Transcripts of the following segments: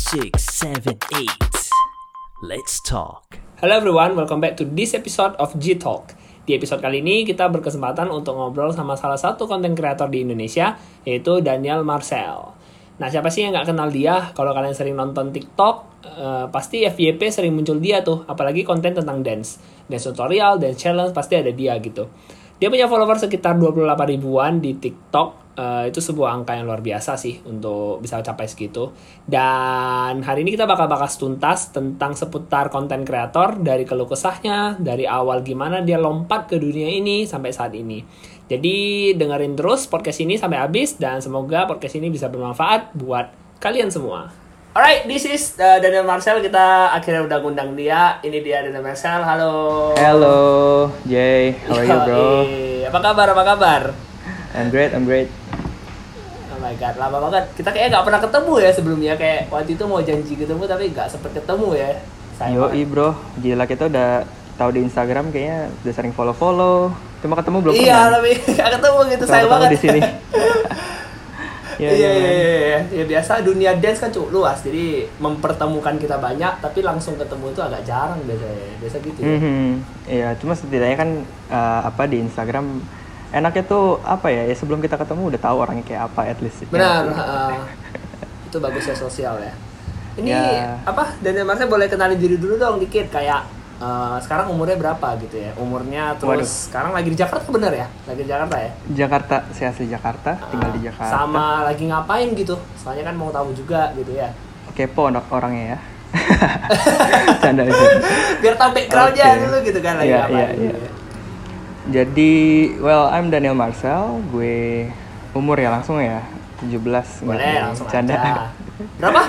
6, 7, 8. Let's talk. Hello everyone, welcome back to this episode of G Talk. Di episode kali ini kita berkesempatan untuk ngobrol sama salah satu konten kreator di Indonesia, yaitu Daniel Marcel. Nah, siapa sih yang gak kenal dia? Kalau kalian sering nonton TikTok, pasti FYP sering muncul dia tuh, apalagi konten tentang dance tutorial, dance challenge, pasti ada dia gitu. Dia punya follower sekitar 28 ribuan di TikTok. Itu sebuah angka yang luar biasa sih untuk bisa capai segitu. Dan hari ini kita bakal bahas tuntas tentang seputar konten kreator, dari keluh kesahnya, dari awal gimana dia lompat ke dunia ini sampai saat ini. Jadi dengerin terus podcast ini sampai habis dan semoga podcast ini bisa bermanfaat buat kalian semua. Alright, this is Daniel Marcel. Kita akhirnya udah ngundang dia. Ini dia Daniel Marcel. Halo. Hello, Jay. How are you, bro? Apa kabar? I'm great. Oh my god, lama banget. Kita kayaknya gak pernah ketemu ya sebelumnya. Kayak waktu itu mau janji ketemu tapi gak sempet ketemu ya. Yoi, bro. Gila, kita udah tahu di Instagram, kayaknya udah sering follow. Cuma ketemu belum Iya, pernah. tapi gak ketemu gitu, sayang banget di sini. Iya. Ya biasa dunia dance kan cukup luas. Jadi mempertemukan kita banyak tapi langsung ketemu itu agak jarang biasanya. Biasa gitu ya. Iya, cuma setidaknya kan di Instagram enaknya tuh ya sebelum kita ketemu udah tahu orangnya kayak apa, at least. Benar, itu bagusnya sosial ya. Ini Daniel Marcel boleh kenalin diri dulu dong dikit, kayak sekarang umurnya berapa gitu ya, umurnya, terus sekarang lagi di Jakarta, bener ya? Lagi di Jakarta ya? Jakarta, saya asli Jakarta, tinggal di Jakarta. Sama lagi ngapain gitu, soalnya kan mau tahu juga gitu ya. Kepo orangnya ya. Canda aja. Biar tahu backgroundnya dulu gitu kan, lagi ngapain gitu ya. Jadi, I'm Daniel Marcel. Gue umur ya langsung ya 17. Boleh langsung canda. Aja. Berapa?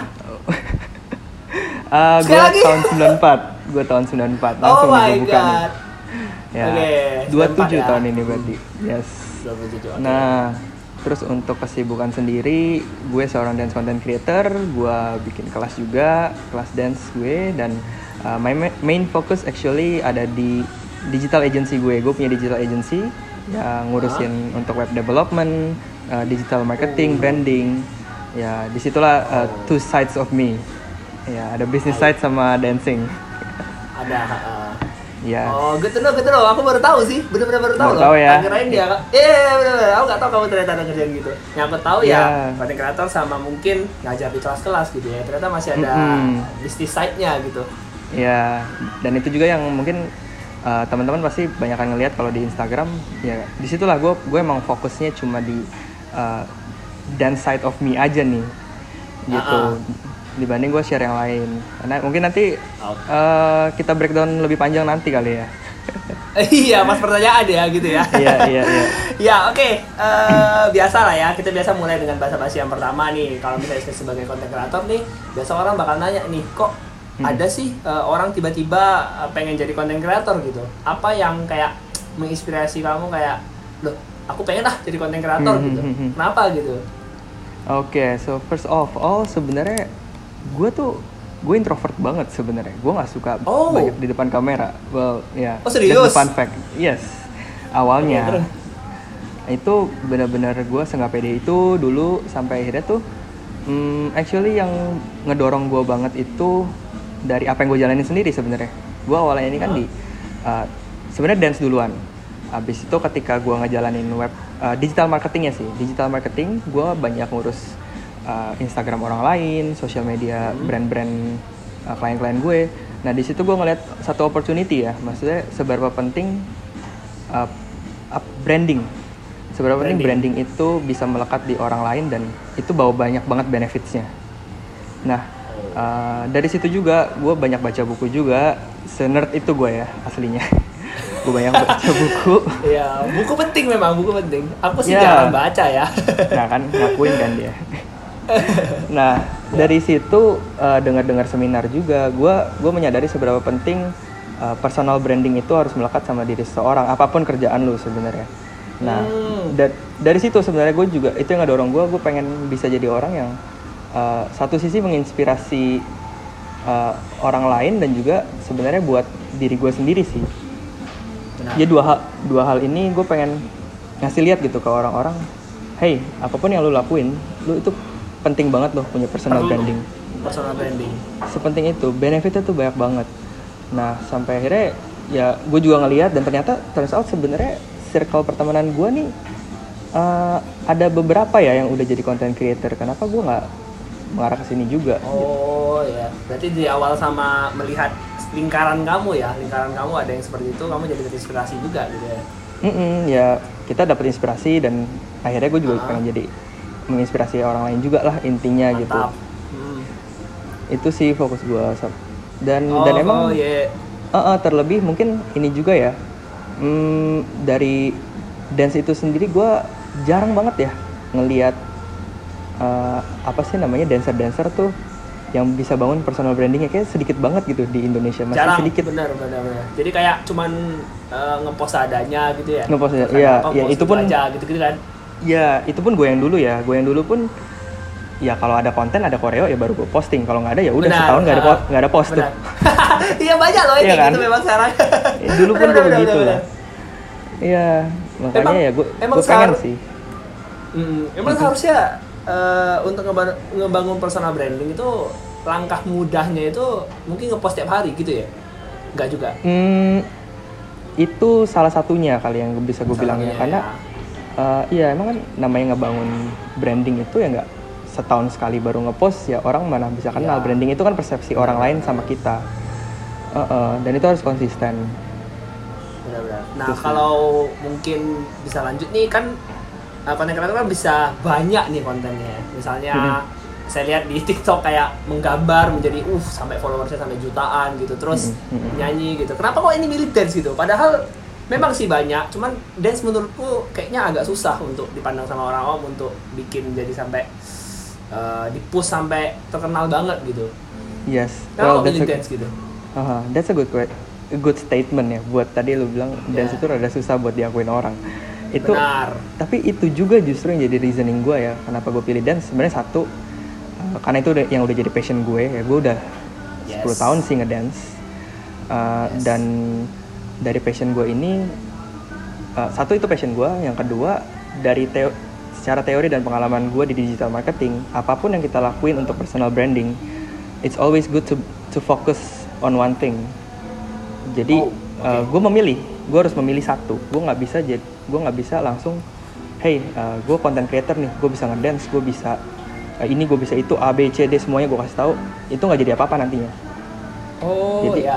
Gue tahun 94. Langsung oh my buka god. nih. Ya. Okay, 27 tahun ini berarti. Yes. 27. Okay. Nah, terus untuk kesibukan sendiri, gue seorang dance content creator. Gue bikin kelas juga, kelas dance gue, dan my main focus actually ada di digital agency gue punya digital agency yang ngurusin untuk web development, digital marketing, branding. Ya, disitulah two sides of me. Ya, ada business side sama dancing. Ada. Ya. Oh, gitu loh. Aku baru tahu sih, benar-benar baru tahu loh. Tahu ya. Kirain dia. Benar-benar. Aku nggak tahu kamu ternyata ada kerjaan gitu. Yang aku tahu ya, content creator sama mungkin ngajar di kelas-kelas gitu ya. Ternyata masih ada business side-nya gitu. Ya, dan itu juga yang mungkin teman-teman pasti banyak kan ngelihat kalau di Instagram. Ya, disitulah gue emang fokusnya cuma di dance side of me aja nih, gitu. Dibanding gue share yang lain. Karena mungkin nanti kita breakdown lebih panjang nanti kali ya. Iya, pas pertanyaan ya gitu ya. Iya. Ya, oke. Biasa lah ya. Kita biasa mulai dengan basa-basi yang pertama nih. Kalau misalnya sebagai content creator nih, biasa orang bakal nanya nih, kok ada sih orang tiba-tiba pengen jadi content creator gitu. Apa yang kayak menginspirasi kamu kayak, loh, aku pengen jadi content creator gitu. Kenapa gitu? Oke, so first of all sebenarnya gue introvert banget sebenarnya. Gue nggak suka banyak di depan kamera. Well, ya. Yeah, oh, serius? That's the fun fact. Yes. Awalnya itu benar-benar gue nggak pede itu dulu, sampai akhirnya tuh actually yang ngedorong gue banget itu dari apa yang gue jalanin sendiri sebenarnya. Gue awalnya ini kan sebenarnya dance duluan. Abis itu ketika gue ngejalanin web digital marketingnya sih, digital marketing, gue banyak ngurus Instagram orang lain, sosial media brand-brand klien-klien gue. Nah di situ gue ngeliat satu opportunity ya, maksudnya seberapa penting branding. Seberapa penting branding itu bisa melekat di orang lain dan itu bawa banyak banget benefitsnya. Nah dari situ juga gue banyak baca buku juga. Se-nerd itu gue ya aslinya. Gue banyak baca buku. Iya, buku penting memang, buku penting. Aku sih jarang baca ya. Nah kan, ngakuin kan dia. Nah dari situ dengar seminar juga, gue menyadari seberapa penting personal branding itu harus melekat sama diri seseorang, apapun kerjaan lu sebenarnya. Nah dari situ sebenarnya gue juga itu yang ngedorong gue pengen bisa jadi orang yang satu sisi menginspirasi orang lain dan juga sebenarnya buat diri gue sendiri sih. Ya dua hal ini gue pengen ngasih lihat gitu ke orang-orang, hey, apapun yang lu lakuin, lu itu penting banget loh punya personal branding. personal branding? Sepenting itu, benefitnya tuh banyak banget. Nah sampai akhirnya ya gue juga ngelihat dan ternyata turns out sebenarnya circle pertemanan gue nih ada beberapa ya yang udah jadi content creator. Kenapa gue nggak mengarah ke sini juga? Oh ya, berarti di awal sama melihat lingkaran kamu ada yang seperti itu, kamu jadi terinspirasi juga gitu ya? Ya kita dapat inspirasi dan akhirnya gue juga pengen jadi menginspirasi orang lain juga lah intinya. Mantap. Gitu. Itu sih fokus gue dan emang terlebih mungkin ini juga ya dari dance itu sendiri gue jarang banget ya ngelihat apa sih namanya dancer tuh yang bisa bangun personal brandingnya, kayak sedikit banget gitu di Indonesia, masih jarang, sedikit. Benar. Jadi kayak cuman ngepost adanya gitu ya. Ngepost ya itu pun aja gitu kan. Ya itu pun gue yang dulu pun ya kalau ada konten ada koreo ya baru gue posting, kalau nggak ada ya udah setahun nggak ada post tuh. Iya banyak loh ini kan? Gitu memang sekarang. Dulu pun gue begitu lah. Iya makanya ya gue pengen sih. Emang seharusnya untuk ngebangun personal branding itu langkah mudahnya itu mungkin ngepost tiap hari gitu ya? Enggak juga? Itu salah satunya kali yang bisa gue bilang ya, karena iya emang kan namanya ngebangun branding itu ya nggak setahun sekali baru ngepost, ya orang mana bisa kenal. Branding itu kan persepsi orang lain sama kita, dan itu harus konsisten. Benar-benar. Nah kalau mungkin bisa lanjut nih kan konten kreator kan bisa banyak nih kontennya. Misalnya saya lihat di TikTok kayak menggambar menjadi sampai followersnya sampai jutaan gitu, terus nyanyi gitu. Kenapa kok ini milih dance gitu? Padahal memang sih banyak, cuman dance menurutku kayaknya agak susah untuk dipandang sama orang awam untuk bikin jadi sampai di-push sampai terkenal banget gitu. Yes. Kenapa milih dance gitu? That's a good statement ya. Buat tadi lu bilang dance itu rada susah buat diakuin orang. Itu benar. Tapi itu juga justru yang jadi reasoning gue ya, kenapa gue pilih dance. Sebenarnya satu, karena itu yang udah jadi passion gue ya. Gue udah 10 tahun sih ngedance. Dan dari passion gue ini, satu itu passion gue, yang kedua dari secara teori dan pengalaman gue di digital marketing, apapun yang kita lakuin untuk personal branding, it's always good to focus on one thing. Jadi gue harus memilih satu. Gue nggak bisa langsung gue content creator nih, gue bisa ngedance, gue bisa ini, gue bisa itu, A, B, C, D semuanya gue kasih tahu. Itu nggak jadi apa-apa nantinya. Jadi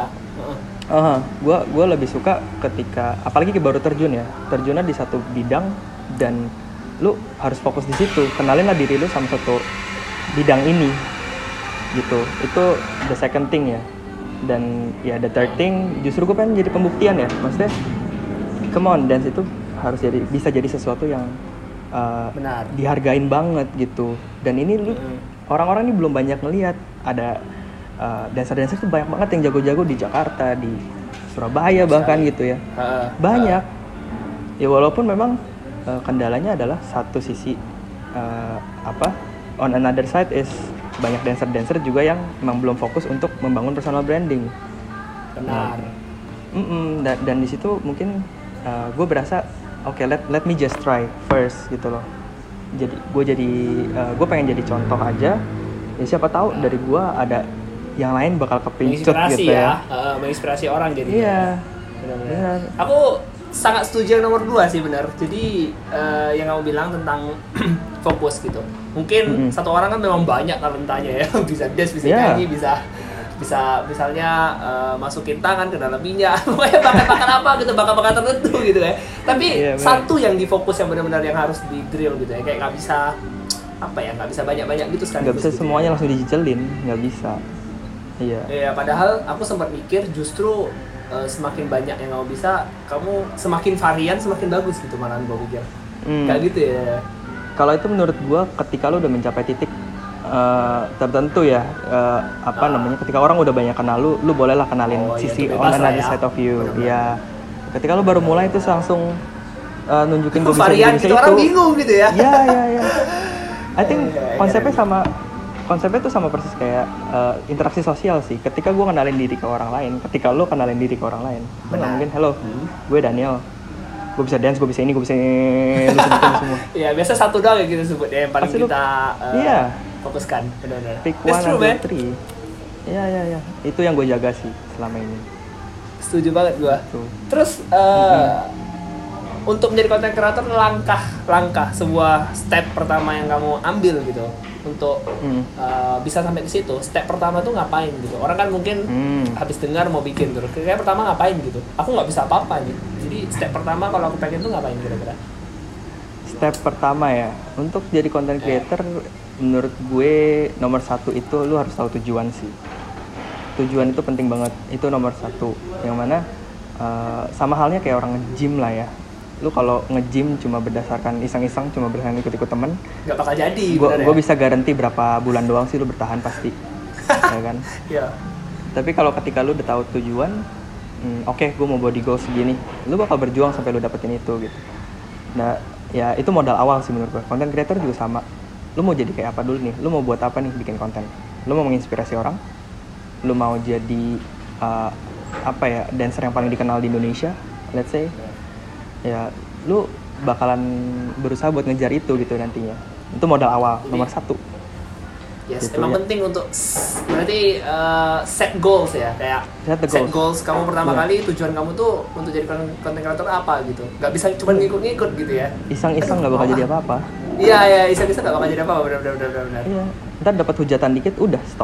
gue lebih suka ketika apalagi baru terjunnya di satu bidang dan lu harus fokus di situ, kenalinlah diri lu sama satu bidang ini gitu. Itu the second thing ya. Dan ya the third thing justru gue pengen jadi pembuktian ya, maksudnya come on, dance itu harus bisa jadi sesuatu yang dihargain banget gitu. Dan ini lu orang-orang ini belum banyak ngelihat ada dancer-dancer tuh banyak banget yang jago-jago di Jakarta, di Surabaya bahkan gitu ya. Banyak. Ya walaupun memang kendalanya adalah satu sisi on another side is banyak dancer juga yang memang belum fokus untuk membangun personal branding. Benar. Dan di situ mungkin gue berasa let me just try first gitu loh. Jadi gue pengen jadi contoh aja. Ya siapa tahu dari gue ada yang lain bakal kepincut gitu ya. Menginspirasi orang jadi. Iya. Benar. Aku sangat setuju yang nomor 2 sih, benar. Jadi yang kamu bilang tentang fokus gitu. Mungkin satu orang kan memang banyak talentanya ya, bisa dance, bisa nyanyi, bisa misalnya masukin tangan ke dalam minyak, pokoknya bakat-bakat apa gitu, bakat-bakat tertentu gitu ya. Tapi satu yang difokus yang benar-benar yang harus di drill gitu ya, kayak nggak bisa banyak-banyak gitu sekali. Nggak bisa gitu semuanya langsung dijelin, nggak bisa. Iya. Iya, padahal aku sempat mikir justru semakin banyak yang kamu bisa, kamu semakin varian semakin bagus gitu, malah gue pikir. Kayak gitu ya. Kalau itu menurut gue ketika lo udah mencapai titik tertentu ya, namanya ketika orang udah banyak kenal lu bolehlah kenalin sisi on another side of you. Iya. Ketika lu baru mulai itu langsung nunjukin gue bisa varian gitu, orang bingung gitu ya. Iya. I think konsepnya tuh sama persis kayak interaksi sosial sih. Ketika gue kenalin diri ke orang lain, ketika lo kenalin diri ke orang lain, mungkin hello, gue Daniel, gue bisa dance, gue bisa ini, lu sebutin semua. Iya, biasa satu doang ya gitu sebutnya yang paling kita fokuskan, benar-benar. Pick That's one true, atau man. three. Ya. Itu yang gue jaga sih selama ini. Setuju banget gue. Tuh. Terus untuk menjadi content creator, langkah sebuah step pertama yang kamu ambil gitu untuk bisa sampai ke situ. Step pertama tuh ngapain gitu? Orang kan mungkin habis dengar mau bikin terus. Kayak pertama ngapain gitu? Aku nggak bisa apa-apa gitu. Jadi step pertama kalau aku pengen tuh ngapain kira-kira? Step pertama ya, untuk jadi content creator menurut gue nomor satu itu lu harus tahu tujuan sih. Tujuan itu penting banget, itu nomor satu. Yang mana sama halnya kayak orang nge-gym lah ya. Lu kalau nge-gym cuma berdasarkan iseng-iseng, cuma berdasarkan ikut-ikut temen, nggak bakal jadi. Gue bisa garanti berapa bulan doang sih lu bertahan pasti, ya kan? Iya. Tapi kalau ketika lu udah tahu tujuan, oke, gue mau body goals segini, lu bakal berjuang sampai lu dapetin itu gitu. Nah, ya itu modal awal sih menurut gue. Content creator juga sama. Lu mau jadi kayak apa dulu nih? Lu mau buat apa nih bikin konten? Lu mau menginspirasi orang? Lu mau jadi dancer yang paling dikenal di Indonesia, let's say? Ya, lu bakalan berusaha buat ngejar itu gitu nantinya. Itu modal awal, nomor satu. Yes, gitu, emang ya. penting untuk berarti set goals ya, kayak set goals kamu pertama kali tujuan kamu tuh untuk jadi content creator apa gitu, nggak bisa cuma ngikut-ngikut gitu ya. Iseng-iseng nggak bakal jadi apa-apa. Iya, iseng-iseng nggak bakal jadi apa-apa, benar. Iya, ntar dapat hujatan dikit, udah stop.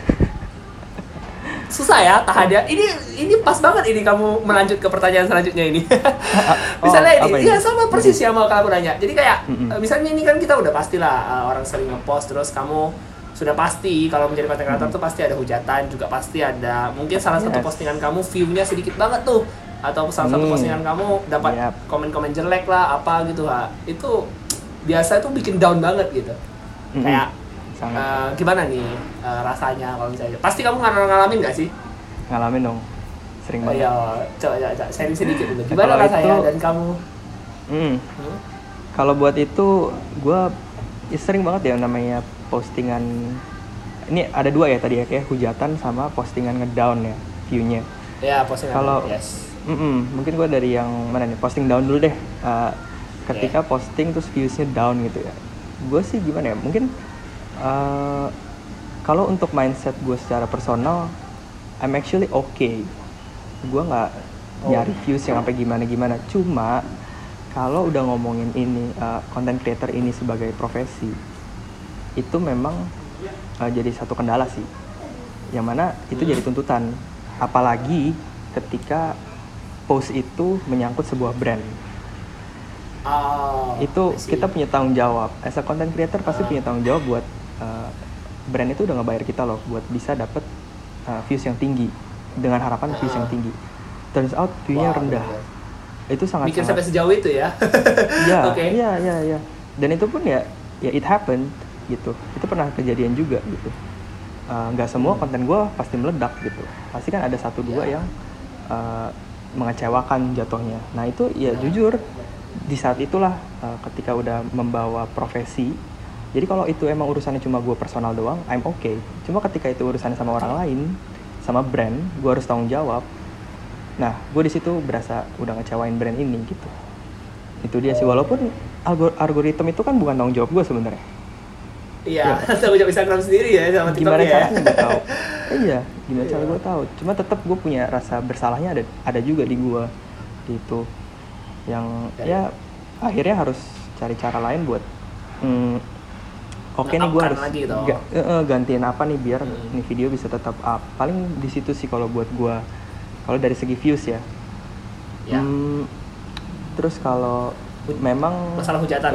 Susah ya tahan ya. Ini pas banget ini kamu melanjut ke pertanyaan selanjutnya ini. Misalnya ini, iya sama persis yang mau kamu nanya. Jadi kayak misalnya ini kan kita udah pastilah orang sering ngepost terus kamu sudah pasti kalau menjadi content creator tuh pasti ada hujatan, juga pasti ada mungkin salah satu postingan kamu view-nya sedikit banget tuh, atau salah satu postingan kamu dapat komen-komen jelek lah apa gitu ha. Itu biasa tuh bikin down banget gitu. Kayak gimana nih rasanya kalau misalnya pasti kamu ngalamin nggak sih? Ngalamin dong, sering banget. Iya, coba sharing sedikit dulu. Gimana rasanya dan kamu? Kalau buat itu, gue sering banget ya namanya postingan. Ini ada dua ya tadi ya, kayak hujatan sama postingan ngedown ya view-nya. Ya postingan. Kalau mungkin gue dari yang mana nih, posting down dulu deh. Ketika posting terus views-nya down gitu ya, gue sih gimana ya? Mungkin kalau untuk mindset gue secara personal, I'm actually okay. Gue nggak nyari views yang sampai gimana. Cuma kalau udah ngomongin ini content creator ini sebagai profesi, itu memang jadi satu kendala sih. Yang mana itu jadi tuntutan. Apalagi ketika post itu menyangkut sebuah brand. Itu kita punya tanggung jawab. As a content creator pasti punya tanggung jawab buat brand itu udah ngebayar kita loh buat bisa dapet views yang tinggi dengan harapan views yang tinggi. Turns out view-nya rendah. Itu sangat bikin sampai sejauh itu ya. Iya. Dan itu pun ya it happened gitu. Itu pernah kejadian juga gitu. Nggak semua konten gue pasti meledak gitu. Pasti kan ada satu dua yang mengecewakan jatuhnya. Nah itu ya jujur di saat itulah ketika udah membawa profesi. Jadi kalau itu emang urusannya cuma gue personal doang, I'm okay. Cuma ketika itu urusannya sama orang lain, sama brand, gue harus tanggung jawab. Nah, gue di situ berasa udah ngecewain brand ini gitu. Itu dia sih, walaupun algoritma itu kan bukan tanggung jawab gue sebenarnya. Iya, tanggung jawab Instagram sendiri ya sama TikTok gimana ya. Caranya gue tahu? Iya, gimana cara gue tahu? Cuma tetap gue punya rasa bersalahnya ada juga di gue gitu. Yang ya akhirnya harus cari cara lain buat oke nih gue harus gantiin apa nih biar nih video bisa tetap up. Paling di situ sih kalau buat gue, kalau dari segi views ya. Terus kalau memang masalah hujatan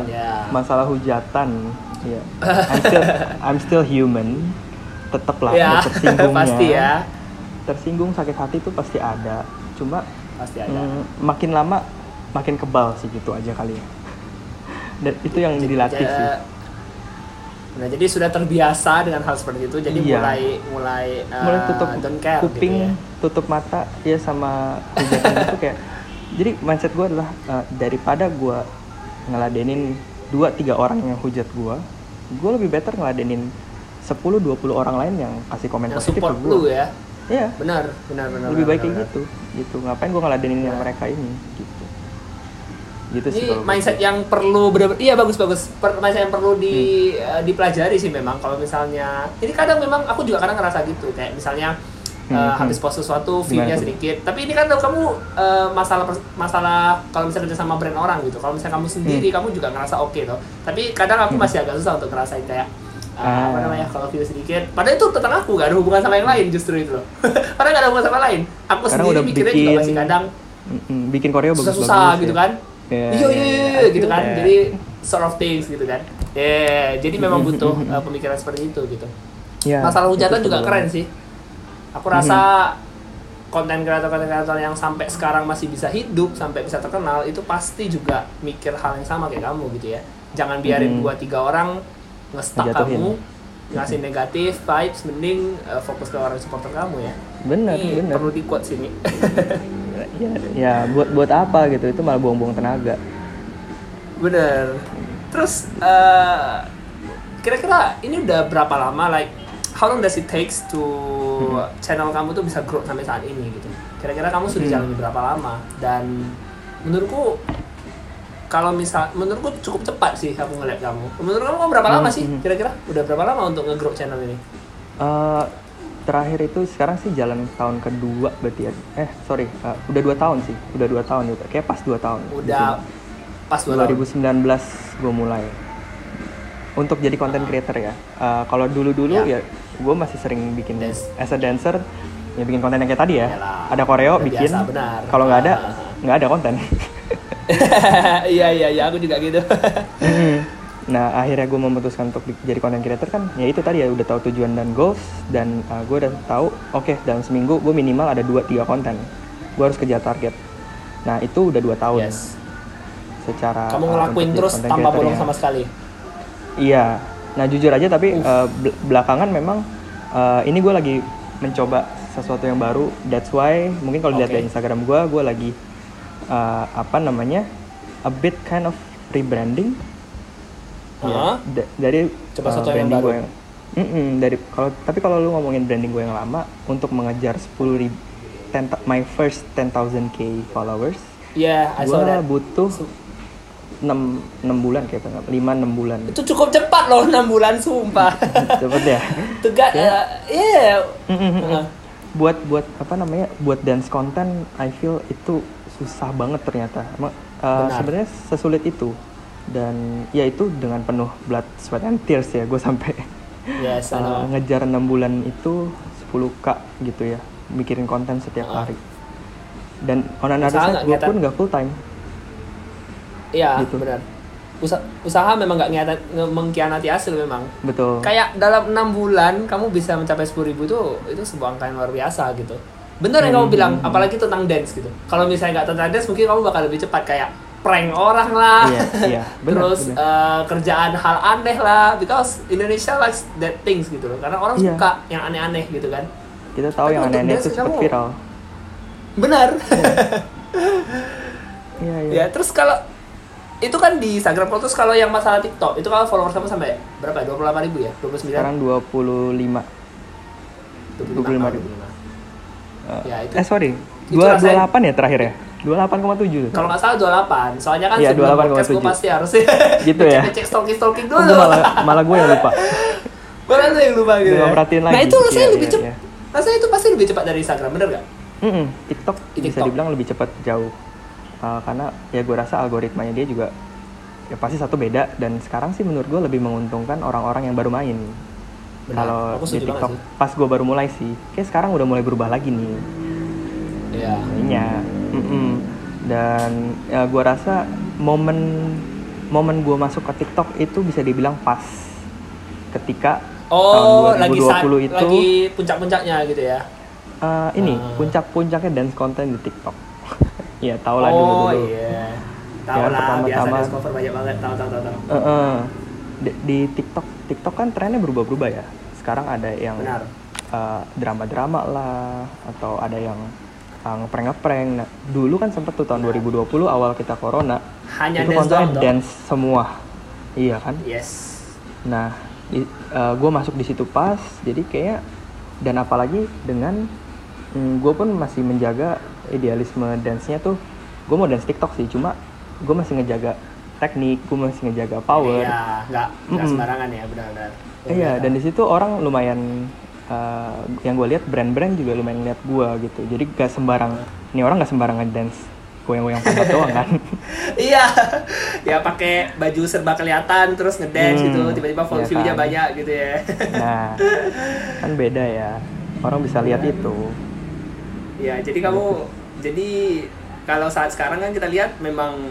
ya I'm still human, tetep lah ya, tersinggungnya. pasti ya. Tersinggung, sakit hati itu pasti ada. Cuma pasti ada. Makin lama makin kebal sih gitu aja kali ya. Dan itu yang dilatih sih. Nah, jadi sudah terbiasa dengan hal seperti itu, jadi mulai tutup don't care, kuping, gitu ya. Tutup mata ya sama hujatan itu kayak. Jadi mindset gue adalah daripada gue ngeladenin 2-3 orang yang hujat gue lebih better ngeladenin 10-20 orang lain yang kasih komen yang positif ke support gue. lu ya. Iya. Benar. Lebih baik kayak gitu. Ngapain gue ngeladenin yang mereka ini gitu. gitu sih Ini kalau mindset yang perlu benar-benar, iya bagus. Mindset yang perlu dipelajari sih memang. Kalau misalnya, ini kadang memang aku juga kadang ngerasa gitu, kayak misalnya habis post sesuatu, view-nya sedikit. Tapi ini kan kamu masalah kalau misalnya kerja sama brand orang gitu. Kalau misalnya kamu sendiri, kamu juga ngerasa oke toh. Tapi kadang aku masih agak susah untuk ngerasain kayak apa namanya, kalau view sedikit. Padahal itu tentang aku, gak ada hubungan sama yang lain justru itu loh. Padahal gak ada hubungan sama yang lain. Aku Karena sendiri udah mikirnya juga masih kadang bikin koreo susah-susah gitu kan. Iya gitu kan. that. Jadi sort of things gitu kan. Jadi memang butuh pemikiran seperti itu gitu. Masalah hujatan juga keren sih. Aku rasa konten kreator yang sampai sekarang masih bisa hidup, sampai bisa terkenal, itu pasti juga mikir hal yang sama kayak kamu gitu ya. Jangan biarin 2-3 orang nge-stuck kamu, ngasih negatif vibes, mending fokus ke orang supporter kamu ya. Bener. Perlu di-quote sini. ya buat apa gitu, itu malah buang-buang tenaga. Bener. Terus kira-kira ini udah berapa lama, like how long does it takes to channel kamu tuh bisa grow sampai saat ini gitu? Kira-kira kamu sudah jalani berapa lama? Dan menurutku menurutku cukup cepat sih aku ngeliat kamu. Menurut kamu berapa lama sih kira-kira? Udah berapa lama untuk nge-grow channel ini? Terakhir itu sekarang sih jalan tahun kedua berarti ya. Udah 2 tahun sih. Udah 2 tahun gitu. Kayak pas 2 tahun. Udah pas 2 tahun. 2019 gue mulai. Untuk jadi content creator ya. Kalau dulu-dulu ya gue masih sering bikin as a dancer, ya bikin konten yang kayak tadi ya. Yalah, ada koreo bikin. Kalau nggak ada konten. Iya, aku juga gitu. Nah, akhirnya gue memutuskan untuk jadi content creator kan, ya itu tadi ya, udah tahu tujuan dan goals, dan gue udah tahu, oke, dalam seminggu gue minimal ada 2-3 konten. Gue harus kejar target. Nah, itu udah 2 tahun. Yes. Secara kamu ngelakuin terus tanpa bolong sama sekali? Iya. Nah, jujur aja tapi belakangan memang ini gue lagi mencoba sesuatu yang baru. That's why mungkin kalau dilihat dari Instagram gue lagi a bit kind of rebranding. Ya, dari coba sesuatu yang baru. Tapi kalau lu ngomongin branding gue yang lama, untuk mengejar my first 10,000k followers, gue butuh 6 bulan kayak 5-6 bulan. Itu cukup cepat loh, 6 bulan sumpah. Cepet ya. Buat buat dance content, I feel itu susah banget ternyata. Sebenarnya sesulit itu. Dan ya itu dengan penuh blood, sweat and tears ya, gue sampai ngejar 6 bulan itu 10k gitu ya, mikirin konten setiap hari. Dan on another side gue pun gak full time. Iya gitu. Benar. Usaha memang gak mengkhianati hasil memang. Betul. Kayak dalam 6 bulan kamu bisa mencapai 10.000 itu sebuah angka yang luar biasa gitu. Bener yang kamu bilang, apalagi tentang dance gitu. Kalau misalnya gak tentang dance, mungkin kamu bakal lebih cepat kayak prank orang lah, bener. Kerjaan hal aneh lah, because Indonesia likes that things gitu loh, karena orang suka yang aneh-aneh gitu kan. Kita tahu yang aneh-aneh itu cepat viral. Benar. Iya. Ya, terus kalau itu kan di Instagram, terus kalau yang masalah TikTok, itu kalau followers kamu sampai berapa ya? 28.000 ya? 29? Sekarang 25.000. Ya, itu. 28 ya terakhir ya? 28,7. Kalau nggak salah 28. Soalnya kan sebelum podcast gue pasti harus gitu ya. Cek stalking dulu. Malah gue yang lupa. Malah lu yang lupa gitu. Gak perhatiin lagi. Nah, itu rasanya lebih cepat. Rasanya itu pasti lebih cepat dari Instagram, bener nggak? TikTok bisa dibilang lebih cepat jauh. Karena ya gue rasa algoritmanya dia juga ya pasti satu beda, dan sekarang sih menurut gue lebih menguntungkan orang-orang yang baru main. Kalau di TikTok pas gue baru mulai sih, kayak sekarang udah mulai berubah lagi nih. Iya. Dan ya gue rasa momen gue masuk ke TikTok itu bisa dibilang pas ketika tahun 2020 itu lagi puncak-puncaknya gitu ya. Puncak-puncaknya dance content di TikTok. Ya tau lah dulu. Oh iya. Tahu lah, biasa dance cover banyak banget, tahu. Di TikTok kan trennya berubah-berubah ya. Sekarang ada yang drama-drama lah, atau ada yang ngeprank. Nah, dulu kan sempet tuh tahun 2020 awal kita corona, hanya itu kontennya dance semua. Iya kan? Yes. Nah, gue masuk di situ pas, jadi kayak, dan apalagi dengan gue pun masih menjaga idealisme dance-nya tuh. Gue mau dance TikTok sih, cuma gue masih ngejaga teknik, gue masih ngejaga power. Iya, nggak sembarangan ya, benar-benar. Iya, dan di situ orang lumayan yang gue lihat brand-brand juga lumayan lihat gue gitu. Jadi gak sembarang, ini orang gak sembarangan dance goyang-goyang pantat doang kan. Iya, ya pakai baju serba kelihatan terus ngedance gitu, tiba-tiba follow iya view-nya kan. banyak gitu ya. Nah, kan beda ya. Orang bisa lihat itu. Ya, jadi kamu, jadi kalau saat sekarang kan kita lihat memang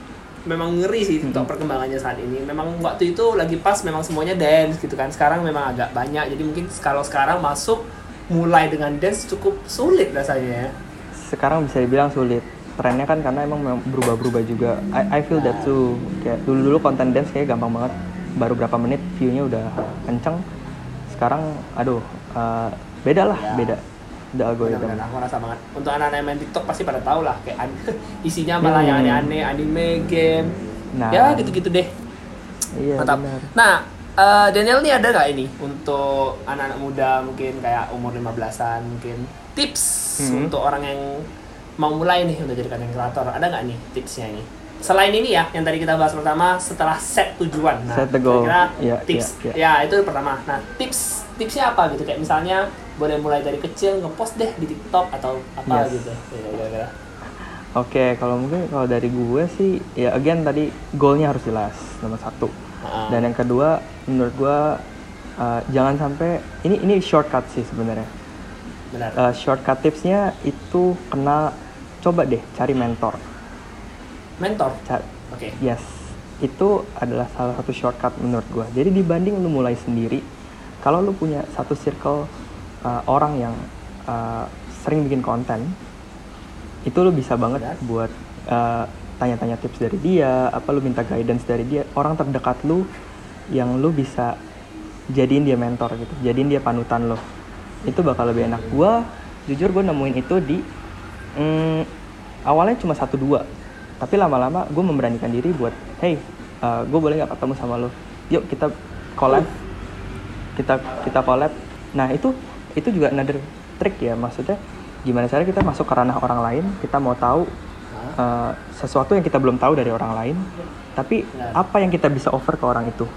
ngeri sih untuk perkembangannya saat ini. Memang waktu itu lagi pas memang semuanya dance gitu kan. Sekarang memang agak banyak. Jadi mungkin kalau sekarang masuk mulai dengan dance cukup sulit rasanya ya. Sekarang bisa dibilang sulit. Trennya kan karena emang berubah-berubah juga. I feel that too. Kayak dulu konten dance kayak gampang banget. Baru berapa menit view-nya udah kenceng. Sekarang aduh beda lah, beda. Udah algoritma. Benar-benar aku rasa banget. Untuk anak-anak yang main TikTok pasti pada tahu lah kayak isinya malah yang aneh-aneh, anime, game. Nah, Ya gitu-gitu deh. iya, Mantap. benar. Nah, Daniel nih ada nggak ini untuk anak-anak muda mungkin kayak umur 15-an mungkin tips untuk orang yang mau mulai nih untuk jadi content creator, ada nggak nih tipsnya ini? Selain ini ya, yang tadi kita bahas pertama setelah set tujuan. Nah, Set the goal. kira-kira Iya, tips, iya. ya itu pertama. Nah, tipsnya apa gitu? Kayak misalnya boleh mulai dari kecil ngepost deh di TikTok atau apa Yes. gitu. Ya, kira-kira. Oke, kalau mungkin kalau dari gue sih, ya again tadi goalnya harus jelas nomor satu. Dan yang kedua, menurut gue jangan sampai ini shortcut sih sebenarnya. Benar. Shortcut tipsnya itu coba deh cari mentor. Mentor. Oke. Yes, itu adalah salah satu shortcut menurut gue. Jadi dibanding lu mulai sendiri, kalau lu punya satu circle orang yang sering bikin konten, itu lu bisa banget buat tanya-tanya tips dari dia, lu minta guidance dari dia, orang terdekat lu yang lu bisa jadiin dia mentor gitu, jadiin dia panutan lo. Itu bakal lebih enak. Jujur gue nemuin itu di awalnya cuma 1-2, tapi lama-lama gue memberanikan diri buat, hey, gue boleh nggak ketemu sama lo? Yuk kita collab, kita collab. Nah itu juga another trick ya, maksudnya gimana cara kita masuk ke ranah orang lain, kita mau tahu sesuatu yang kita belum tahu dari orang lain, tapi apa yang kita bisa offer ke orang itu.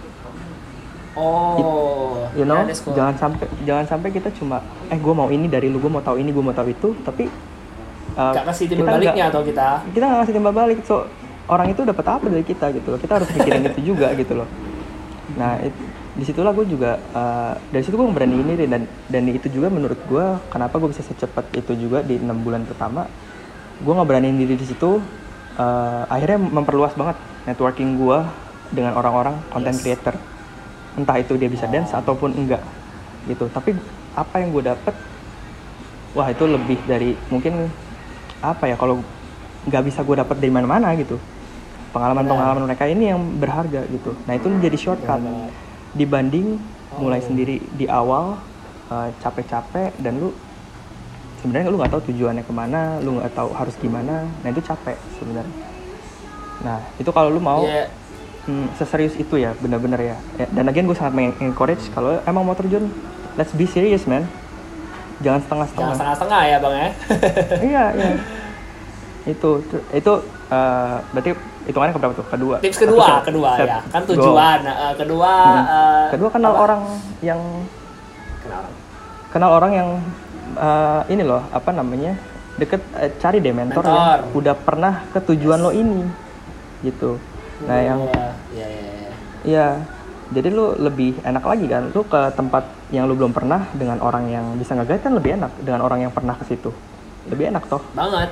You know, ya, jangan sampai kita cuma gue mau ini dari lu, gue mau tahu ini, gue mau tahu itu, tapi nggak kasih timbal baliknya atau kita nggak ngasih timbal balik. So orang itu dapat apa dari kita gitu loh, kita harus pikirin itu juga gitu loh. Nah disitulah gue juga dari situ gue berani ini dan itu juga menurut gue kenapa gue bisa secepat itu juga di 6 bulan pertama. Gue nggak beraniin diri di situ, akhirnya memperluas banget networking gue dengan orang-orang content creator, entah itu dia bisa dance ataupun enggak gitu. Tapi apa yang gue dapet, wah itu lebih dari mungkin apa ya, kalau nggak bisa gue dapet dari mana-mana gitu. Pengalaman mereka ini yang berharga gitu. Nah itu menjadi shortcut dibanding mulai sendiri di awal, capek-capek dan lu sebenarnya lu nggak tahu tujuannya kemana, lu nggak tahu harus gimana. Nah itu capek sebenarnya. Nah itu kalau lu mau seserius itu ya, benar-benar ya. Dan again gue sangat mengencourage kalau emang mau terjun, let's be serious man. Jangan setengah-setengah. Jangan setengah-setengah ya bang ya. Iya. Itu berarti hitungannya keberapa tuh? Kedua. Tips kedua ya. Kan tujuan. Kedua kenal orang yang ini loh, apa namanya? Deket, cari deh mentor yang udah pernah ke tujuan lo ini. Gitu. Nah, yang Iya. Jadi lu lebih enak lagi kan, lu ke tempat yang lu belum pernah dengan orang yang bisa nge-guide kan lebih enak dengan orang yang pernah ke situ. Lebih enak toh. Banget.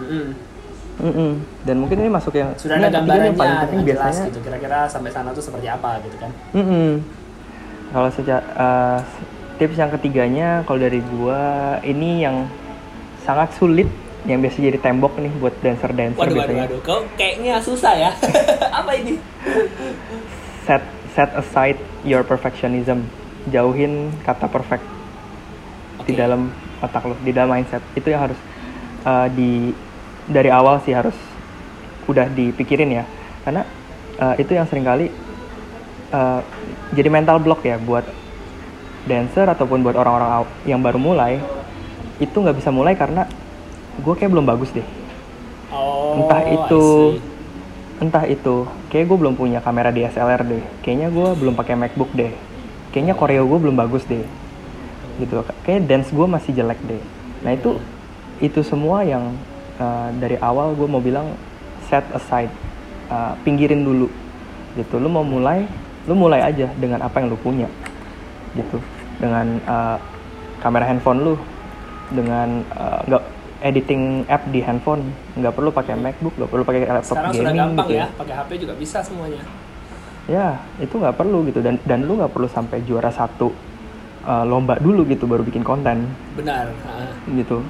Dan mungkin ini masuk yang sudah ada gambarannya, paling penting jelas biasanya gitu. Kira-kira sampai sana tuh seperti apa gitu kan. Kalau tips yang ketiganya kalau dari gua ini yang sangat sulit, yang biasa jadi tembok nih buat dancer-dancer biasanya. Waduh, kok kayaknya susah ya. Apa ini? Set aside your perfectionism. Jauhin kata perfect di dalam otak lo, di dalam mindset. Itu yang harus dari awal sih harus udah dipikirin ya. Karena itu yang seringkali jadi mental block ya buat dancer ataupun buat orang-orang yang baru mulai. Itu nggak bisa mulai karena gue kayak belum bagus deh. Entah itu entah itu kayak gue belum punya kamera DSLR deh, kayaknya gue belum pakai MacBook deh, kayaknya koreo gue belum bagus deh gitu, kayak dance gue masih jelek deh. Nah itu semua yang dari awal gue mau bilang set aside, pinggirin dulu gitu. Lu mulai aja dengan apa yang lu punya gitu, dengan kamera handphone lu, dengan nggak editing app di handphone, nggak perlu pakai MacBook, nggak perlu pakai laptop Sekarang gaming sudah gampang gitu ya, pakai HP juga bisa semuanya. Ya itu nggak perlu gitu, dan lu nggak perlu sampai juara 1 lomba dulu gitu baru bikin konten. Benar. Gitu,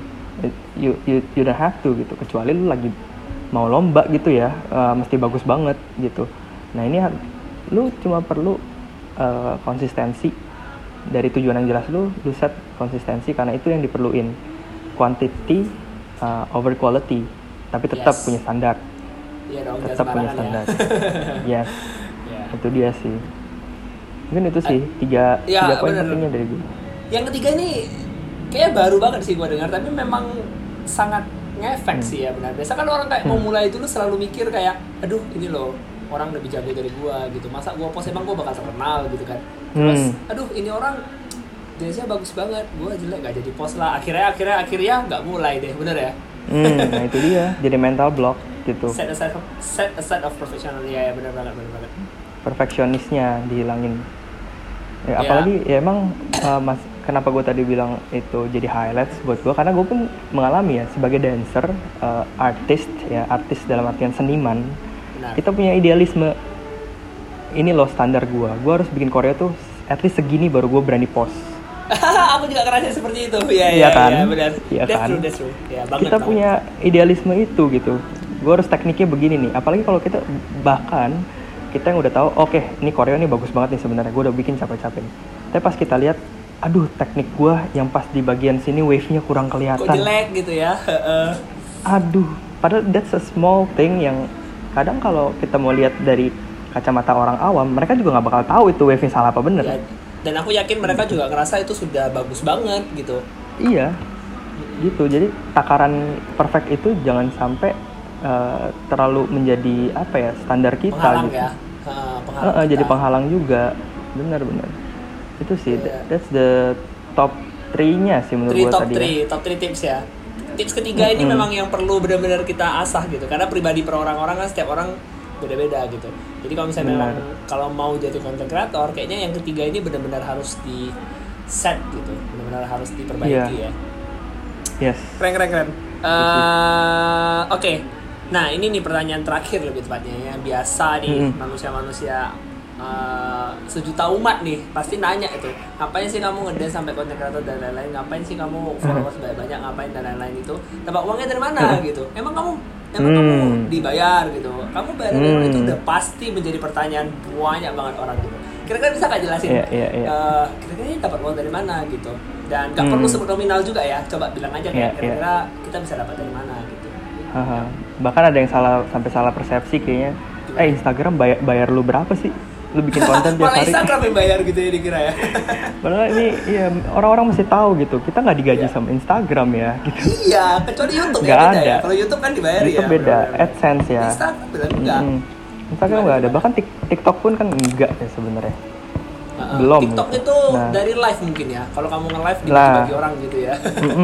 you don't have to gitu, kecuali lu lagi mau lomba gitu ya, mesti bagus banget gitu. Nah ini lu cuma perlu konsistensi. Dari tujuan yang jelas lu set konsistensi, karena itu yang diperluin. Quantity over quality, tapi tetap punya standar. Iya dong, tetap punya standar. Ya. Yes, itu dia sih. Mungkin itu sih tiga poin pentingnya dari gue. Yang ketiga ini kayaknya baru banget sih gue dengar, tapi memang sangat ngefek sih ya, benar. Biasa kan orang kayak mau mulai dulu selalu mikir kayak, aduh ini loh orang lebih jago dari gue gitu, masa gue post emang gue bakal terkenal gitu kan. Terus aduh ini orang dance-nya bagus banget, gue jelek gak jadi post lah. Akhirnya nggak mulai deh, bener ya? Nah itu dia, jadi mental block gitu. Set aside of professional, ya bener banget. Perfeksionisnya dihilangin. Apalagi ya emang mas, kenapa gue tadi bilang itu jadi highlights buat gue, karena gue pun mengalami ya sebagai dancer, artis dalam artian seniman. Benar. Kita punya idealisme, ini loh standar gue harus bikin koreo tuh at least segini baru gue berani post. Aku juga ngerasa seperti itu. Iya kan? Benar. Iya kan? That's true. Ya, banget, kita punya idealisme itu gitu. Gue harus tekniknya begini nih. Apalagi kalau kita yang udah tahu, oke, ini koreo nih bagus banget nih sebenarnya. Gue udah bikin capek-capek. Tapi pas kita lihat, aduh teknik gue yang pas di bagian sini wave-nya kurang kelihatan. Kok jelek gitu ya? Aduh, padahal that's a small thing yang kadang kalau kita mau lihat dari kacamata orang awam, mereka juga nggak bakal tahu itu wave-nya salah apa bener. Ya. Dan aku yakin mereka juga ngerasa itu sudah bagus banget gitu. Iya, gitu. Jadi takaran perfect itu jangan sampai terlalu menjadi standar kita. Penghalang gitu. Ya. Jadi penghalang juga, benar. Itu sih, that's the top 3-nya sih menurut gue tadi. Top 3 tips ya. Tips ketiga ini memang yang perlu benar-benar kita asah gitu. Karena pribadi per orang-orang kan setiap orang beda-beda gitu. Jadi kalau misalnya memang kalau mau jadi content creator, kayaknya yang ketiga ini benar-benar harus di set gitu, benar-benar harus diperbaiki ya. Yes. Keren. Oke. Nah ini nih pertanyaan terakhir lebih tepatnya yang biasa nih manusia-manusia sejuta umat nih pasti nanya itu, ngapain sih kamu ngedance sampai content creator dan lain-lain, ngapain sih kamu followers banyak, ngapain dan lain-lain itu, dapat uangnya dari mana gitu, emang kamu dibayar gitu, kamu bayar dari mana, itu udah pasti menjadi pertanyaan banyak banget orang gitu. Kira-kira bisa gak jelasin kira-kira ini dapat uang dari mana gitu, dan gak perlu sebut nominal juga ya, coba bilang aja kira-kira kita bisa dapat dari mana gitu. Bahkan ada yang sampai salah persepsi kayaknya, Instagram bayar lu berapa sih? Lu bikin konten tiap hari. Malah Instagram yang bayar gitu ya dikira ya. Padahal ini orang-orang mesti tahu gitu. Kita nggak digaji sama Instagram ya gitu. Iya, kecuali YouTube nggak ya, ada. Ya. Kalau YouTube kan dibayar YouTube ya. Beda, AdSense ya. Instagram bilang enggak. Instagram nggak ada. Bahkan TikTok pun kan enggak ya sebenarnya. Belum. TikTok itu dari live mungkin ya. Kalau kamu nge-live dibagi orang gitu ya.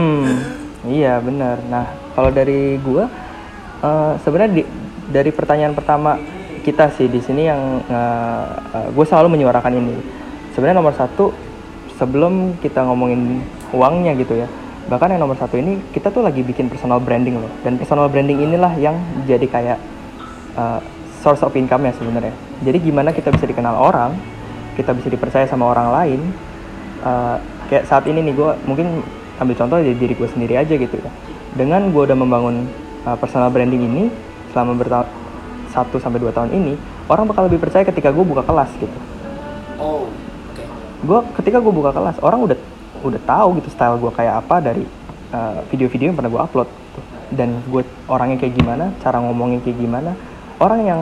Iya benar. Nah kalau dari gua sebenarnya dari pertanyaan pertama kita sih di sini yang gue selalu menyuarakan ini. Sebenarnya nomor satu sebelum kita ngomongin uangnya gitu ya. Bahkan yang nomor satu ini kita tuh lagi bikin personal branding loh. Dan personal branding inilah yang jadi kayak source of income-nya sebenarnya. Jadi gimana kita bisa dikenal orang, kita bisa dipercaya sama orang lain. Kayak saat ini nih gue mungkin ambil contoh dari diri gue sendiri aja gitu ya. Dengan gue udah membangun personal branding ini selama 1-2 tahun ini, orang bakal lebih percaya ketika gue buka kelas gitu. Oh, oke. Ketika gue buka kelas, orang udah tahu gitu style gue kayak apa dari video-video yang pernah gue upload gitu. Dan gue orangnya kayak gimana, cara ngomongnya kayak gimana. Orang yang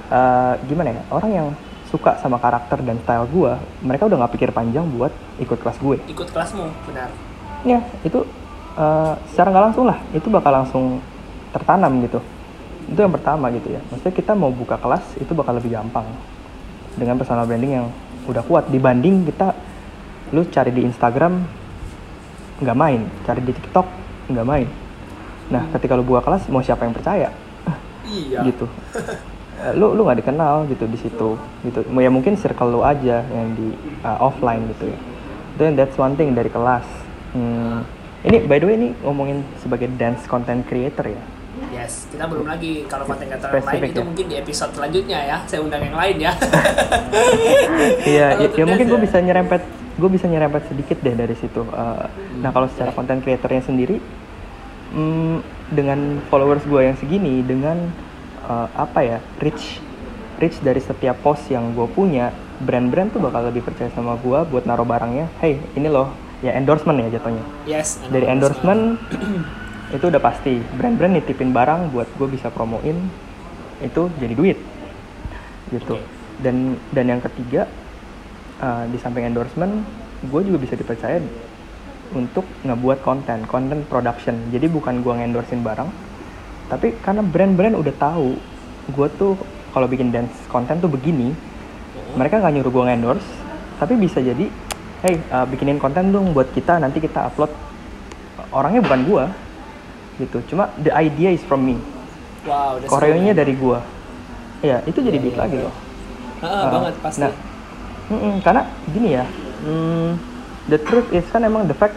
orang yang suka sama karakter dan style gue, mereka udah nggak pikir panjang buat ikut kelas gue. Ikut kelasmu, benar? Ya, itu secara nggak langsung lah, itu bakal langsung tertanam gitu. Itu yang pertama gitu ya. Maksudnya kita mau buka kelas itu bakal lebih gampang dengan personal branding yang udah kuat dibanding kita lu cari di Instagram nggak main, cari di TikTok nggak main. Nah, ketika lu buka kelas mau siapa yang percaya? Iya. Gitu. Lu nggak dikenal gitu di situ gitu. Ya mungkin circle lu aja yang di offline gitu ya. Then that's one thing dari kelas. Ini by the way ini ngomongin sebagai dance content creator ya. Yes, kita belum lagi kalau konten kreator yang lain Spesifik itu ya? mungkin di episode selanjutnya ya. Saya undang yang lain ya. Iya, Kalau ya mungkin dance gue bisa nyerempet sedikit deh dari situ. Nah kalau secara content creatornya sendiri, dengan followers gue yang segini, dengan reach dari setiap post yang gue punya, brand-brand tuh bakal lebih percaya sama gue buat naruh barangnya. Hey, ini loh, ya endorsement ya jatuhnya. Yes. Dari endorsement itu udah pasti brand-brand nitipin barang buat gue bisa promoin, itu jadi duit gitu. Dan yang ketiga, di samping endorsement gue juga bisa dipercaya untuk ngebuat konten production. Jadi bukan gue ngendorsin barang, tapi karena brand-brand udah tahu gue tuh kalau bikin dance konten tuh begini, mereka nggak nyuruh gue ngendorse, tapi bisa jadi hey, bikinin konten dong buat kita, nanti kita upload. Orangnya bukan gue gitu, cuma the idea is from me. Wow, koreonya dari gue. Ya itu jadi duit lagi loh. Banget pasti. Nah, karena gini ya, the truth is kan emang the fact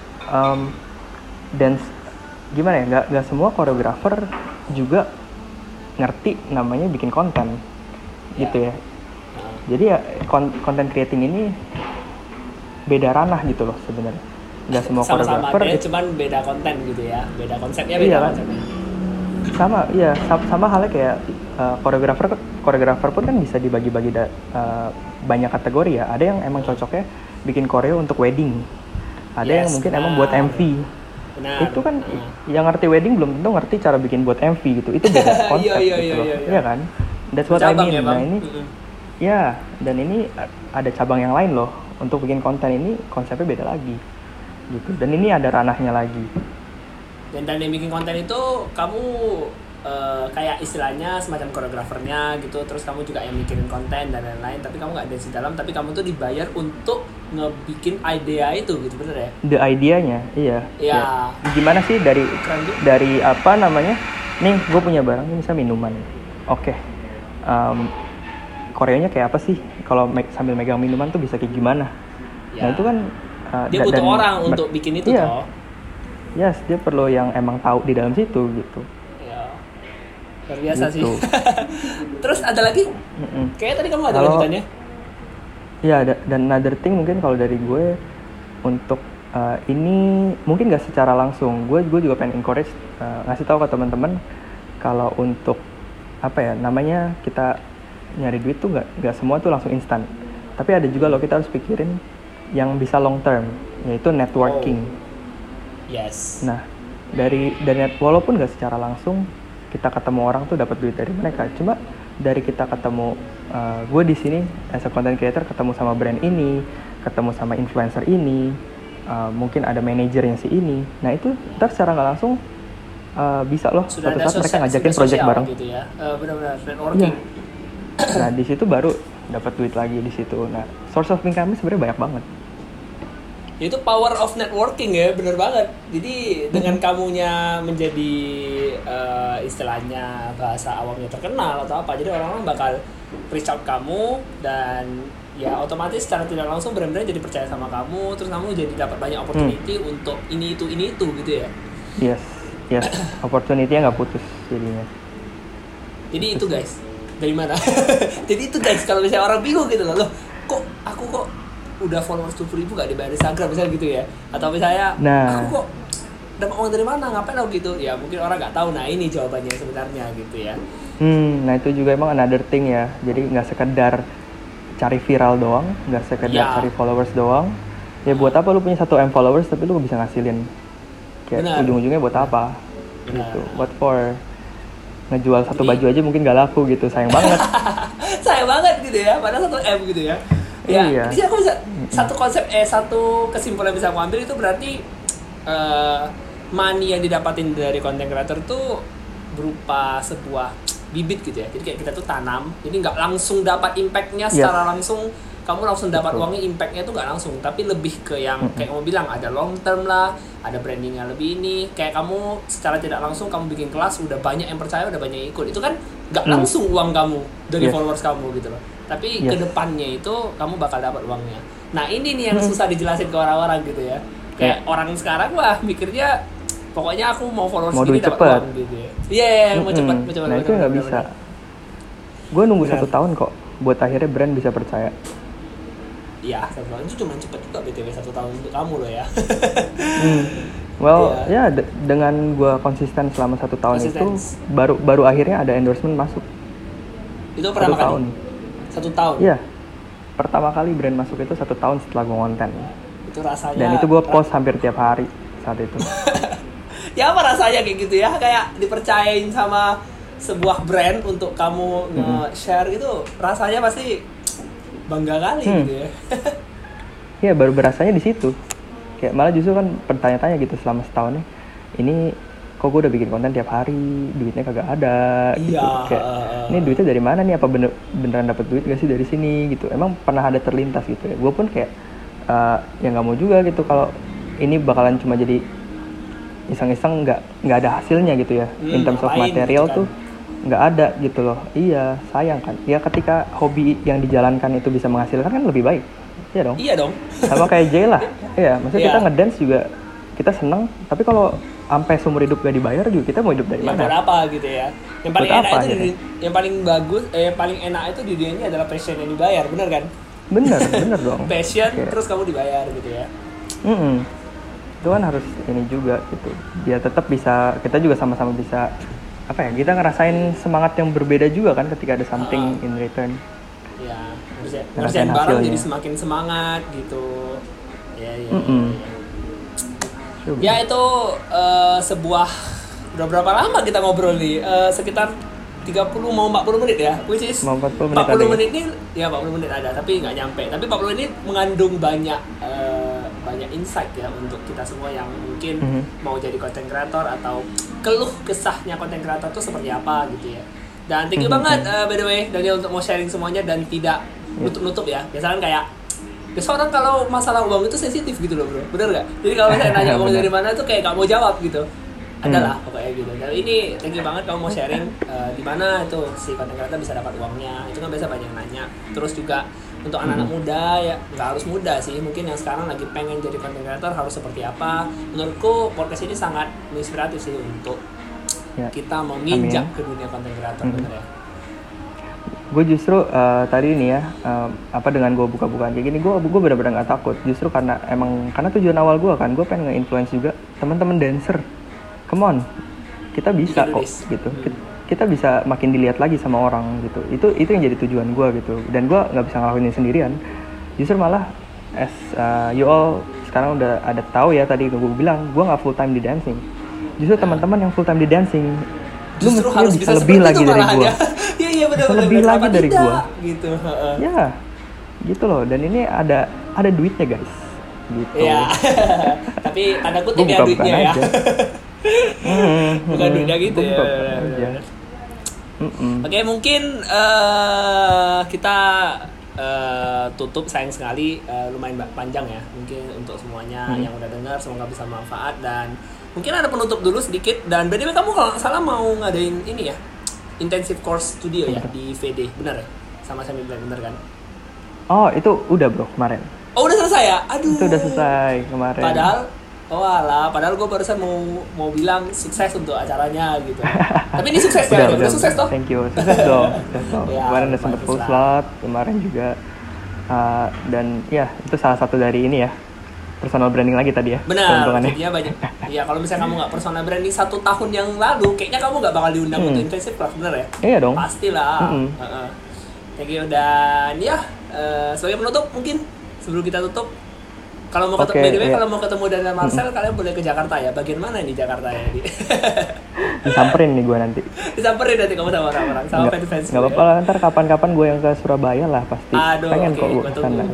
dance gimana ya, nggak semua koreografer juga ngerti namanya bikin konten gitu ya. Jadi ya content creating ini beda ranah gitu loh sebenarnya. Nggak semua koreografer cuman beda konten gitu ya, beda konsepnya, iya, kan? konsepnya. Sama halnya kayak koreografer pun kan bisa dibagi-bagi banyak kategori ya. Ada yang emang cocoknya bikin koreo untuk wedding, ada yang mungkin emang buat MV. Benar. Itu kan yang ngerti wedding belum tentu ngerti cara bikin buat MV gitu. Itu beda konsep gitu loh. Iya kan? That's what I mean. Nah ini ya, dan ini ada cabang yang lain loh. Untuk bikin konten ini konsepnya beda lagi gitu. Dan ini ada ranahnya lagi. Dan yang bikin konten itu kamu kayak istilahnya semacam koreografernya gitu, terus kamu juga yang mikirin konten dan lain-lain, tapi kamu nggak ada di dalam, tapi kamu tuh dibayar untuk ngebikin idea itu gitu, bener ya? The idea-nya, iya. Ya. Gimana sih dari apa namanya? Nih, gue punya barang ini, misalnya minuman. Oke. Koreonya kayak apa sih? Kalau sambil megang minuman tuh bisa kayak gimana? Ya. Nah itu kan dia butuh orang untuk bikin itu toh. Yes, dia perlu yang emang tahu di dalam situ gitu. Ya. Luar biasa gitu. sih. Terus ada lagi? Kayaknya tadi kamu ada lanjutannya. Iya, dan another thing mungkin kalau dari gue untuk ini mungkin nggak secara langsung. Gue juga pengen encourage ngasih tahu ke teman-teman kalau untuk apa ya namanya, kita nyari duit tuh nggak semua tuh langsung instan. Tapi ada juga loh, kita harus pikirin yang bisa long term, yaitu networking. Yes. Nah, dari walaupun nggak secara langsung kita ketemu orang tuh dapat duit dari mereka. Cuma dari kita ketemu, gue di sini as a content creator ketemu sama brand ini, ketemu sama influencer ini, mungkin ada manajernya si ini. Nah itu ntar secara nggak langsung bisa loh suatu saat mereka ngajakin project bareng. Gitu ya. Benar-benar networking. Nah di situ baru dapat duit lagi di situ. Nah source of income sebenarnya banyak banget. Itu power of networking ya, bener banget. Jadi dengan kamunya menjadi istilahnya bahasa awamnya terkenal atau apa, jadi orang-orang bakal reach out kamu, dan ya otomatis secara tidak langsung brand-brand jadi percaya sama kamu, terus kamu jadi dapat banyak opportunity untuk ini itu gitu ya. Yes, opportunity-nya nggak putus jadinya. Jadi itu guys, dari mana? Jadi itu guys, kalau misalnya orang bingung gitu loh, kok aku udah followers 20.000 gak dibayar Instagram misalnya gitu ya, atau misalnya aku kok dapat uang dari mana, ngapain aku gitu ya, mungkin orang nggak tahu. Nah ini jawabannya sebenarnya gitu ya. Nah itu juga emang another thing ya, jadi nggak sekedar cari viral doang, nggak sekedar cari followers doang. Ya buat apa lu punya 1M followers tapi lu bisa ngasilin kayak ujung-ujungnya buat apa? Gitu. What for? Ngejual satu baju aja mungkin gak laku gitu, sayang banget. Sayang banget gitu ya, padahal 1M gitu ya. Ya, iya. Di sini aku bisa satu kesimpulan bisa aku ambil itu berarti money yang didapatin dari content creator tuh berupa sebuah bibit gitu ya. Jadi kayak kita tuh tanam, jadi nggak langsung dapat impactnya secara langsung. Kamu langsung dapat uangnya, impactnya tuh nggak langsung, tapi lebih ke yang kayak kamu bilang ada long term lah, ada brandingnya lebih ini. Kayak kamu secara tidak langsung kamu bikin kelas, udah banyak yang percaya, udah banyak yang ikut. Itu kan nggak langsung uang kamu dari followers kamu gitu loh. Tapi kedepannya itu kamu bakal dapat uangnya. Nah ini nih yang susah dijelasin ke orang-orang gitu ya. Kayak orang sekarang wah mikirnya pokoknya aku mau followers mau segini duit dapat cepet. uang gitu ya. Iya, mau cepat. Nah itu nggak bisa. Gue nunggu 1 tahun kok buat akhirnya brand bisa percaya. Iya, 1 tahun itu cuma cepet juga BTW 1 tahun untuk kamu loh ya. Well, dengan gue konsisten selama 1 tahun itu baru akhirnya ada endorsement masuk. Itu pertama kali? 1 tahun? Iya, pertama kali brand masuk itu 1 tahun setelah gue konten. Itu rasanya. Dan itu gue post hampir tiap hari saat itu. Ya apa rasanya kayak gitu ya? Kayak dipercayain sama sebuah brand untuk kamu nge-share gitu, rasanya pasti bangga kali gitu ya. Iya, baru berasanya di situ. Kayak malah justru kan bertanya-tanya gitu selama setahun nih. Ini kok gue udah bikin konten tiap hari, duitnya kagak ada gitu. Kayak ini duitnya dari mana nih? Apa beneran dapat duit gak sih dari sini gitu? Emang pernah ada terlintas gitu ya. Gue pun kayak ya nggak mau juga gitu kalau ini bakalan cuma jadi iseng-iseng nggak ada hasilnya gitu ya. In terms of material gitu kan. Tuh nggak ada gitu loh. Iya, sayang kan. Ya ketika hobi yang dijalankan itu bisa menghasilkan kan lebih baik. Iya dong. Iya dong. Sama kayak Jay lah. Iya, maksudnya kita ngedance juga kita seneng. Tapi kalau sampai seumur hidup gak dibayar juga kita mau hidup dari mana? Buat apa gitu ya? Yang paling buat enak apa, itu gitu? yang paling bagus, paling enak itu di dunia ini adalah passion yang dibayar, bener kan? Bener dong. Passion terus kamu dibayar gitu ya. Itu kan harus ini juga gitu. Biar tetap bisa, kita juga sama-sama bisa apa ya, kita ngerasain semangat yang berbeda juga kan ketika ada something in return. Ya, ngerjain bareng jadi semakin semangat gitu. Ya. Ya itu sebuah, udah berapa lama kita ngobrol nih? Sekitar 30 mau 40 menit ya, which is mau 40 menit 40 menit ini ya 40 menit ada, tapi nggak nyampe. Tapi 40 menit mengandung banyak insight ya untuk kita semua yang mungkin mau jadi content creator atau keluh kesahnya content creator itu seperti apa gitu ya. Dan thank you banget by the way Daniel untuk mau sharing semuanya dan tidak nutup-nutup ya. Biasanya kan kayak biasa orang kalau masalah uang itu sensitif gitu loh bro, bener nggak? Jadi kalau saya nanya uang dari mana tuh kayak nggak mau jawab gitu. Adalah pokoknya gitu. Dan ini thank you banget kamu mau sharing di mana itu si content creator bisa dapat uangnya. Itu kan biasa banyak yang nanya. Terus juga untuk anak-anak muda ya nggak harus muda sih, mungkin yang sekarang lagi pengen jadi content creator harus seperti apa. Menurutku podcast ini sangat inspiratif sih untuk kita mau nginjak ke dunia content creator bener ya. Gue justru tadi nih ya dengan gue buka-bukaan kayak gini gue benar-benar nggak takut, justru karena tujuan awal gue kan gue pengen nge-influence juga teman-teman dancer. Come on, kita bisa kok gitu. Kita bisa makin dilihat lagi sama orang gitu. Itu yang jadi tujuan gue gitu. Dan gue nggak bisa ngelakuin ini sendirian. Justru malah you all sekarang udah ada tahu ya, tadi gue bilang gue nggak full time di dancing. Justru teman-teman yang full time di dancing, lu mestinya bisa lebih lagi dari gue. Iya benar. Bisa lebih lagi dari gue. Gitu. Ya, gitu loh. Dan ini ada duitnya guys. Gitu. Iya. Tapi tanda kutip ya duitnya ya. Bukan duitnya gitu ya. Oke, mungkin kita tutup, sayang sekali lumayan panjang ya. Mungkin untuk semuanya yang udah dengar semoga bisa manfaat, dan mungkin ada penutup dulu sedikit. Dan by the way kamu kalau nggak salah mau ngadain ini ya, intensive course studio ya di VD, benar ya? Sama Semi Black, benar kan? Oh itu udah bro kemarin. Oh udah selesai ya? Aduh. Itu udah selesai kemarin. Padahal gue barusan mau bilang sukses untuk acaranya gitu. Tapi ini sukses ya? Udah sukses toh? Thank you. Sukses dong. Ya, kemarin udah sempet full slot, kemarin juga. Dan ya itu salah satu dari ini ya, personal branding lagi tadi ya. Benar, jadinya banyak. Iya, kalau misalnya kamu nggak personal branding 1 tahun yang lalu, kayaknya kamu nggak bakal diundang untuk intensive class, bener ya? Iya dong. Pastilah. Thank you. Dan ya, sebagai penutup mungkin sebelum kita tutup, kalau mau ketemu, kalau mau ketemu Daniel Marcel, kalian boleh ke Jakarta ya. Bagian mana ini Jakarta ya? Disamperin nih gue nanti. Disamperin nanti kamu sama orang-orang, sama fans. Nggak apa-apa lah, ntar kapan-kapan gue yang ke Surabaya lah pasti. Pengen kok gue kesana.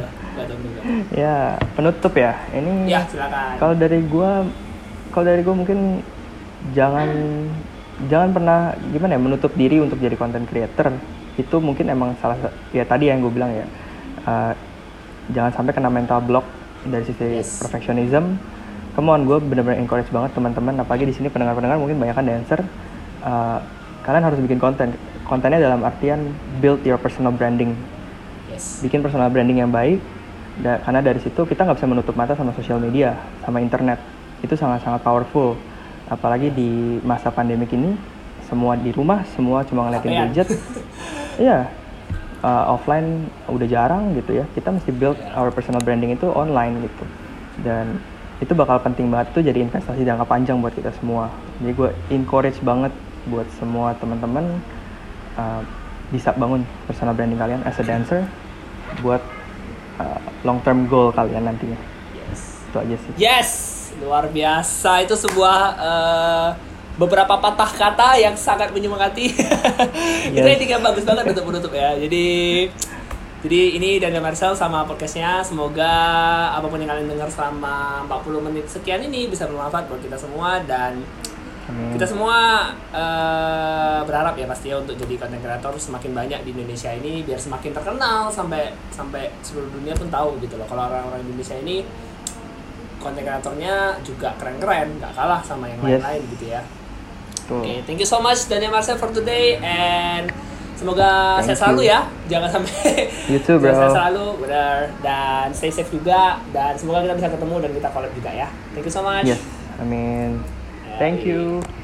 Ya, penutup ya. Ini ya, silakan. Kalau dari gue mungkin jangan jangan pernah gimana ya menutup diri untuk jadi content creator. Itu mungkin emang ya tadi yang gue bilang ya, jangan sampai kena mental block dari sisi perfectionism. Come on, gue benar-benar encourage banget teman-teman, apalagi di sini pendengar-pendengar mungkin banyak kan dancer. Kalian harus bikin kontennya dalam artian build your personal branding. Bikin personal branding yang baik, karena dari situ kita nggak bisa menutup mata sama sosial media, sama internet. Itu sangat-sangat powerful, apalagi di masa pandemik ini, semua di rumah, semua cuma ngeliatin gadget. Iya, offline udah jarang gitu ya. Kita mesti build our personal branding itu online gitu, dan itu bakal penting banget tuh jadi investasi jangka panjang buat kita semua. Jadi gue encourage banget buat semua teman-teman bisa bangun personal branding kalian as a dancer buat long term goal kalian nantinya. Itu aja sih. Yes, luar biasa. Itu sebuah beberapa patah kata yang sangat menyemangati. Itu yang bagus banget untuk menutup ya. Jadi ini Daniel Marcel sama podcastnya. Semoga apapun yang kalian dengar selama 40 menit sekian ini bisa bermanfaat buat kita semua. Dan kita semua berharap ya pasti ya untuk jadi content creator semakin banyak di Indonesia ini, biar semakin terkenal sampai seluruh dunia pun tahu gitu loh. Kalau orang-orang Indonesia ini content creatornya juga keren-keren, nggak kalah sama yang lain-lain gitu ya. Oke, thank you so much Daniel Marcel for today, and semoga sehat selalu ya, jangan sampai you too, bro. Sehat selalu, benar, dan stay safe juga, dan semoga kita bisa ketemu dan kita collab juga ya. Thank you so much. Yes, amin. Thank you.